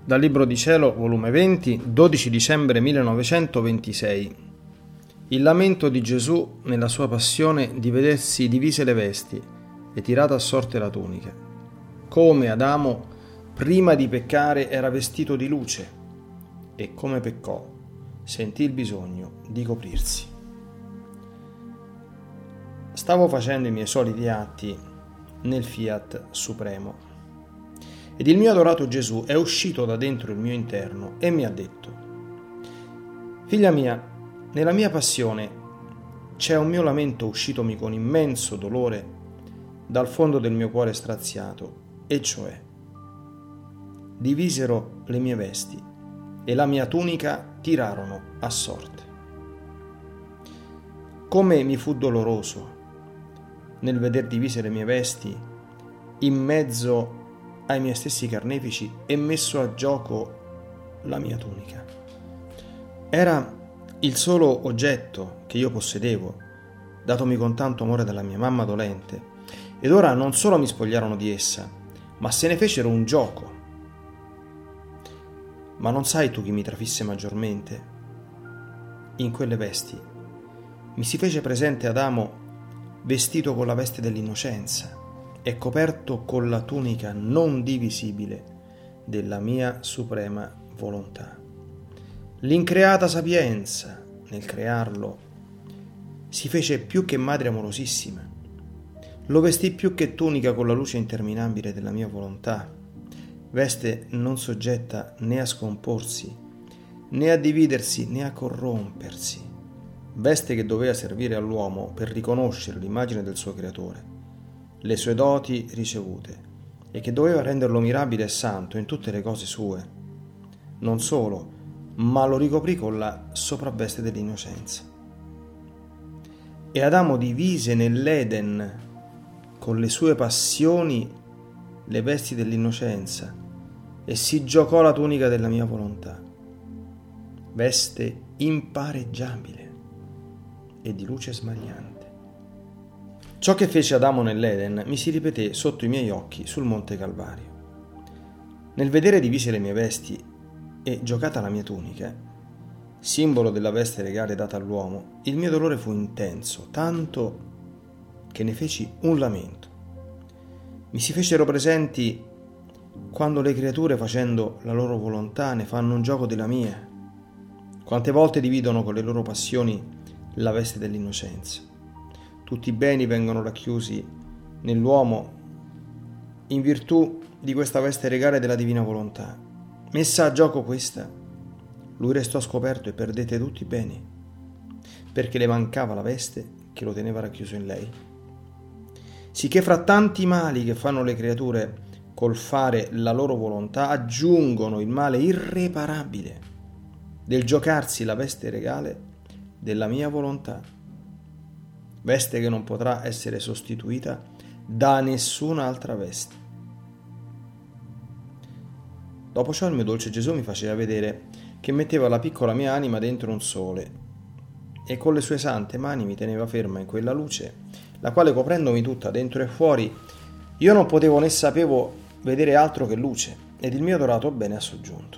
Dal Libro di Cielo, volume 20, 12 dicembre 1926. Il lamento di Gesù nella sua passione di vedersi divise le vesti e tirata a sorte la tunica. Come Adamo, prima di peccare, era vestito di luce e come peccò, sentì il bisogno di coprirsi. Stavo facendo i miei soliti atti nel Fiat Supremo. Ed il mio adorato Gesù è uscito da dentro il mio interno e mi ha detto: figlia mia, nella mia passione c'è un mio lamento uscitomi con immenso dolore dal fondo del mio cuore straziato, e cioè divisero le mie vesti e la mia tunica tirarono a sorte. Come mi fu doloroso nel veder divise le mie vesti in mezzo ai miei stessi carnefici e messo a gioco la mia tunica. Era il solo oggetto che io possedevo, datomi con tanto amore dalla mia mamma dolente, ed ora non solo mi spogliarono di essa, ma se ne fecero un gioco. Ma non sai tu chi mi trafisse maggiormente? In quelle vesti mi si fece presente Adamo vestito con la veste dell'innocenza e coperto con la tunica non divisibile della mia suprema volontà. L'increata sapienza, nel crearlo, si fece più che madre amorosissima. Lo vestì più che tunica con la luce interminabile della mia volontà, veste non soggetta né a scomporsi, né a dividersi, né a corrompersi, veste che doveva servire all'uomo per riconoscere l'immagine del suo creatore, le sue doti ricevute, e che doveva renderlo mirabile e santo in tutte le cose sue. Non solo, ma lo ricoprì con la sopravveste dell'innocenza. E Adamo divise nell'Eden con le sue passioni le vesti dell'innocenza e si giocò la tunica della mia volontà, veste impareggiabile e di luce smagliante. Ciò che fece Adamo nell'Eden mi si ripeté sotto i miei occhi sul Monte Calvario. Nel vedere divise le mie vesti e giocata la mia tunica, simbolo della veste regale data all'uomo, il mio dolore fu intenso, tanto che ne feci un lamento. Mi si fecero presenti quando le creature, facendo la loro volontà, ne fanno un gioco della mia, quante volte dividono con le loro passioni la veste dell'innocenza. Tutti i beni vengono racchiusi nell'uomo in virtù di questa veste regale della divina volontà. Messa a gioco questa, lui restò scoperto e perdette tutti i beni, perché le mancava la veste che lo teneva racchiuso in lei. Sicché fra tanti mali che fanno le creature col fare la loro volontà, aggiungono il male irreparabile del giocarsi la veste regale della mia volontà, veste che non potrà essere sostituita da nessun'altra veste. Dopo ciò il mio dolce Gesù mi faceva vedere che metteva la piccola mia anima dentro un sole e con le sue sante mani mi teneva ferma in quella luce, la quale, coprendomi tutta dentro e fuori, io non potevo né sapevo vedere altro che luce, ed il mio adorato bene ha soggiunto: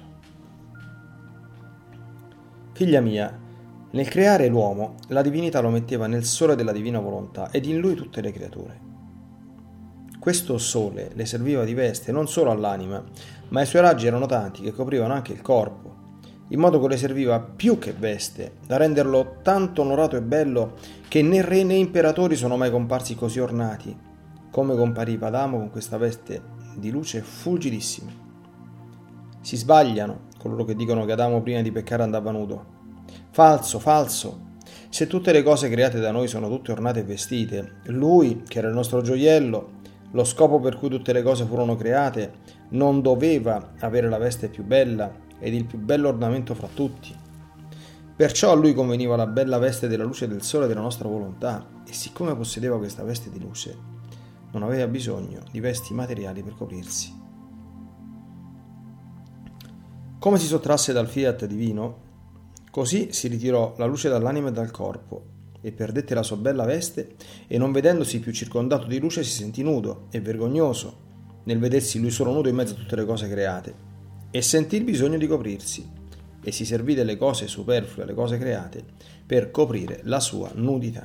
figlia mia, nel creare l'uomo, la divinità lo metteva nel sole della divina volontà ed in lui tutte le creature. Questo sole le serviva di veste non solo all'anima, ma i suoi raggi erano tanti che coprivano anche il corpo, in modo che le serviva più che veste, da renderlo tanto onorato e bello che né re né imperatori sono mai comparsi così ornati, come compariva Adamo con questa veste di luce fulgidissima. Si sbagliano coloro che dicono che Adamo prima di peccare andava nudo. Falso, falso! Se tutte le cose create da noi sono tutte ornate e vestite, lui, che era il nostro gioiello, lo scopo per cui tutte le cose furono create, non doveva avere la veste più bella ed il più bello ornamento fra tutti. Perciò a lui conveniva la bella veste della luce del sole della nostra volontà, e siccome possedeva questa veste di luce, non aveva bisogno di vesti materiali per coprirsi. Come si sottrasse dal fiat divino, così si ritirò la luce dall'anima e dal corpo, e perdette la sua bella veste, e non vedendosi più circondato di luce si sentì nudo e vergognoso nel vedersi lui solo nudo in mezzo a tutte le cose create. e sentì il bisogno di coprirsi, e si servì delle cose superflue, le cose create, per coprire la sua nudità.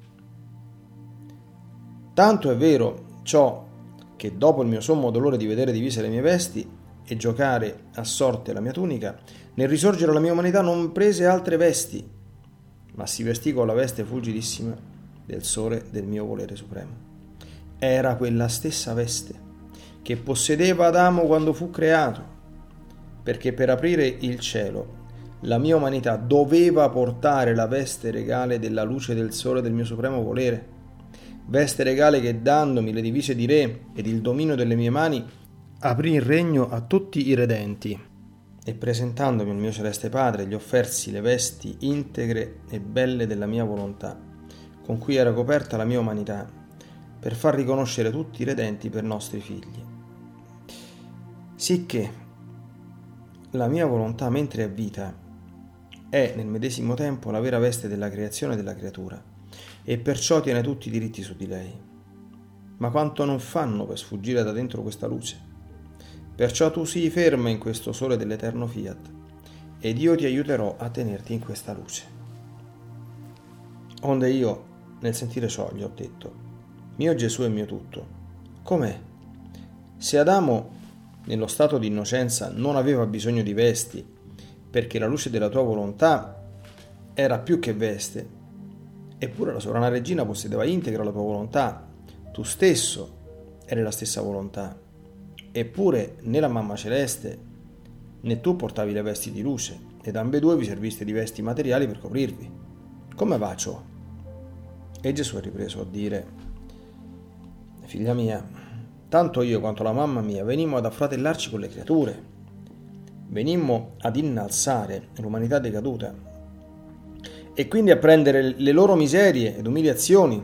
Tanto è vero ciò che dopo il mio sommo dolore di vedere divise le mie vesti e giocare a sorte la mia tunica, nel risorgere la mia umanità non prese altre vesti, ma si vestì con la veste fulgidissima del sole del mio volere supremo. Era quella stessa veste che possedeva Adamo quando fu creato, perché per aprire il cielo la mia umanità doveva portare la veste regale della luce del sole del mio supremo volere, veste regale che, dandomi le divise di re ed il dominio delle mie mani, aprì il regno a tutti i redenti, e presentandomi al mio celeste Padre gli offersi le vesti integre e belle della mia volontà, con cui era coperta la mia umanità, per far riconoscere tutti i redenti per nostri figli. Sicché la mia volontà, mentre è vita, è nel medesimo tempo la vera veste della creazione e della creatura, e perciò tiene tutti i diritti su di lei. Ma quanto non fanno per sfuggire da dentro questa luce? Perciò tu sii ferma in questo sole dell'eterno fiat, ed io ti aiuterò a tenerti in questa luce. Onde io, nel sentire ciò, gli ho detto: mio Gesù e mio tutto, com'è? Se Adamo, nello stato di innocenza, non aveva bisogno di vesti, perché la luce della tua volontà era più che veste, eppure la sovrana regina possedeva integra la tua volontà, tu stesso eri la stessa volontà, eppure né la mamma celeste né tu portavi le vesti di luce, ed ambedue vi serviste di vesti materiali per coprirvi. Come va ciò? E Gesù ha ripreso a dire: figlia mia, tanto io quanto la mamma mia venimmo ad affratellarci con le creature, venimmo ad innalzare l'umanità decaduta, e quindi a prendere le loro miserie ed umiliazioni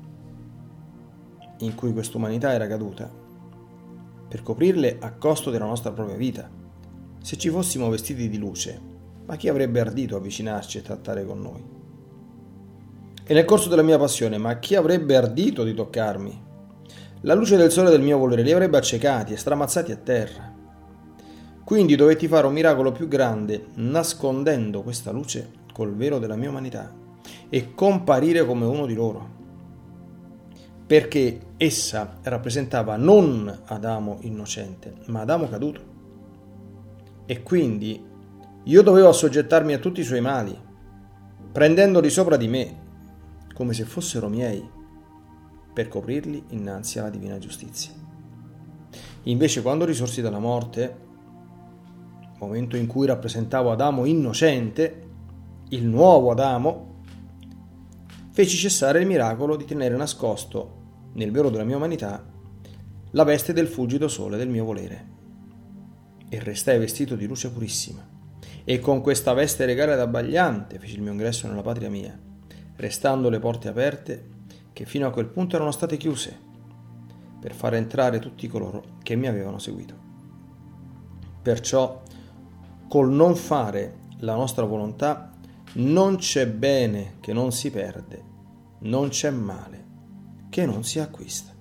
in cui quest'umanità era caduta, per coprirle a costo della nostra propria vita. Se ci fossimo vestiti di luce, ma chi avrebbe ardito avvicinarci e trattare con noi? E nel corso della mia passione, ma chi avrebbe ardito di toccarmi? La luce del sole del mio volere li avrebbe accecati e stramazzati a terra. Quindi dovetti fare un miracolo più grande, nascondendo questa luce col velo della mia umanità e comparire come uno di loro, perché essa rappresentava non Adamo innocente, ma Adamo caduto. E quindi io dovevo assoggettarmi a tutti i suoi mali, prendendoli sopra di me, come se fossero miei, per coprirli innanzi alla divina giustizia. Invece, quando risorsi dalla morte, momento in cui rappresentavo Adamo innocente, il nuovo Adamo, feci cessare il miracolo di tenere nascosto nel velo della mia umanità la veste del fulgido sole del mio volere, e restai vestito di luce purissima, e con questa veste regale ed abbagliante feci il mio ingresso nella patria mia, restando le porte aperte che fino a quel punto erano state chiuse, per far entrare tutti coloro che mi avevano seguito. Perciò, col non fare la nostra volontà, non c'è bene che non si perde, non c'è male che non si acquista.